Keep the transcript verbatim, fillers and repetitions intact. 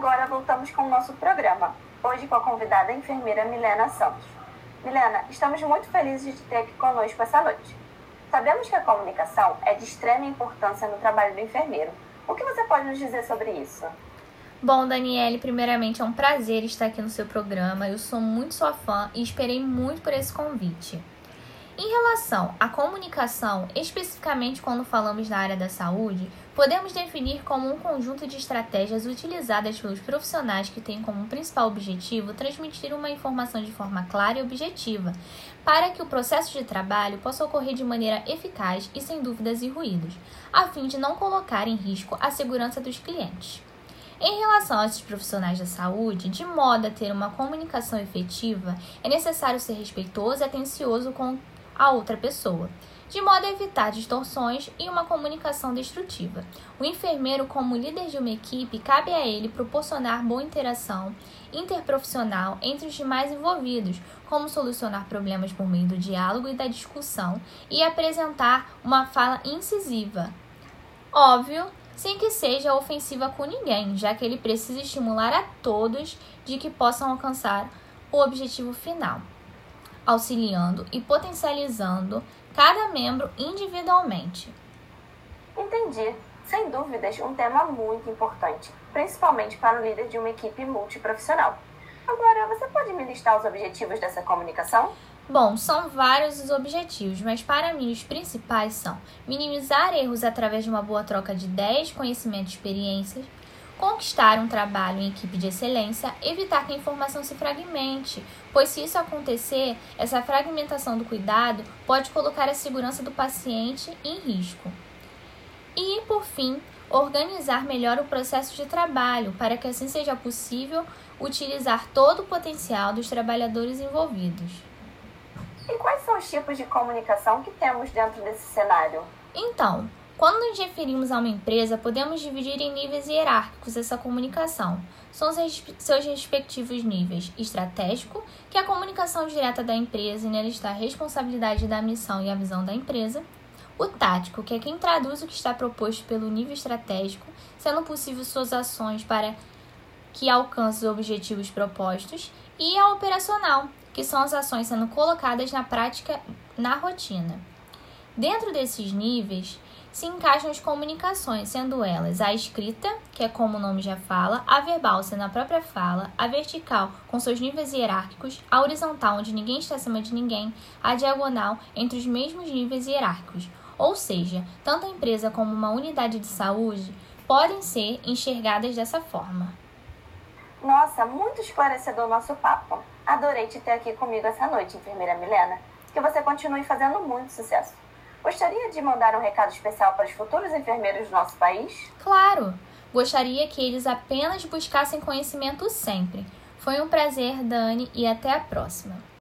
agora voltamos com o nosso programa, hoje com a convidada enfermeira Milena Santos. Milena, estamos muito felizes de ter aqui conosco essa noite. Sabemos que a comunicação é de extrema importância no trabalho do enfermeiro. O que você pode nos dizer sobre isso? Bom, Daniele, primeiramente é um prazer estar aqui no seu programa. Eu sou muito sua fã e esperei muito por esse convite. Em relação à comunicação, especificamente quando falamos na área da saúde, podemos definir como um conjunto de estratégias utilizadas pelos profissionais que têm como principal objetivo transmitir uma informação de forma clara e objetiva, para que o processo de trabalho possa ocorrer de maneira eficaz e sem dúvidas e ruídos, a fim de não colocar em risco a segurança dos clientes. Em relação a esses profissionais da saúde, de modo a ter uma comunicação efetiva, é necessário ser respeitoso e atencioso com a outra pessoa, de modo a evitar distorções e uma comunicação destrutiva. O enfermeiro, como líder de uma equipe, cabe a ele proporcionar boa interação interprofissional entre os demais envolvidos, como solucionar problemas por meio do diálogo e da discussão e apresentar uma fala incisiva. Óbvio, sem que seja ofensiva com ninguém, já que ele precisa estimular a todos de que possam alcançar o objetivo final, auxiliando e potencializando cada membro individualmente. Entendi. Sem dúvidas, um tema muito importante, principalmente para o líder de uma equipe multiprofissional. Agora, você pode me listar os objetivos dessa comunicação? Bom, são vários os objetivos, mas para mim os principais são minimizar erros através de uma boa troca de ideias, conhecimentos e experiências, conquistar um trabalho em equipe de excelência, evitar que a informação se fragmente, pois se isso acontecer, essa fragmentação do cuidado pode colocar a segurança do paciente em risco. E, por fim, organizar melhor o processo de trabalho, para que assim seja possível utilizar todo o potencial dos trabalhadores envolvidos. E quais são os tipos de comunicação que temos dentro desse cenário? Então, quando nos referimos a uma empresa, podemos dividir em níveis hierárquicos essa comunicação. São os respe- seus respectivos níveis: estratégico, que é a comunicação direta da empresa e nela está a responsabilidade da missão e a visão da empresa. O tático, que é quem traduz o que está proposto pelo nível estratégico, sendo possível suas ações para que alcance os objetivos propostos. E a operacional, que são as ações sendo colocadas na prática na rotina. Dentro desses níveis, se encaixam as comunicações, sendo elas a escrita, que é como o nome já fala, a verbal, sendo a própria fala, a vertical, com seus níveis hierárquicos, a horizontal, onde ninguém está acima de ninguém, a diagonal, entre os mesmos níveis hierárquicos. Ou seja, tanto a empresa como uma unidade de saúde podem ser enxergadas dessa forma. Nossa, muito esclarecedor o nosso papo. Adorei te ter aqui comigo essa noite, enfermeira Milena. Que você continue fazendo muito sucesso. Gostaria de mandar um recado especial para os futuros enfermeiros do nosso país? Claro! Gostaria que eles apenas buscassem conhecimento sempre. Foi um prazer, Dani, e até a próxima.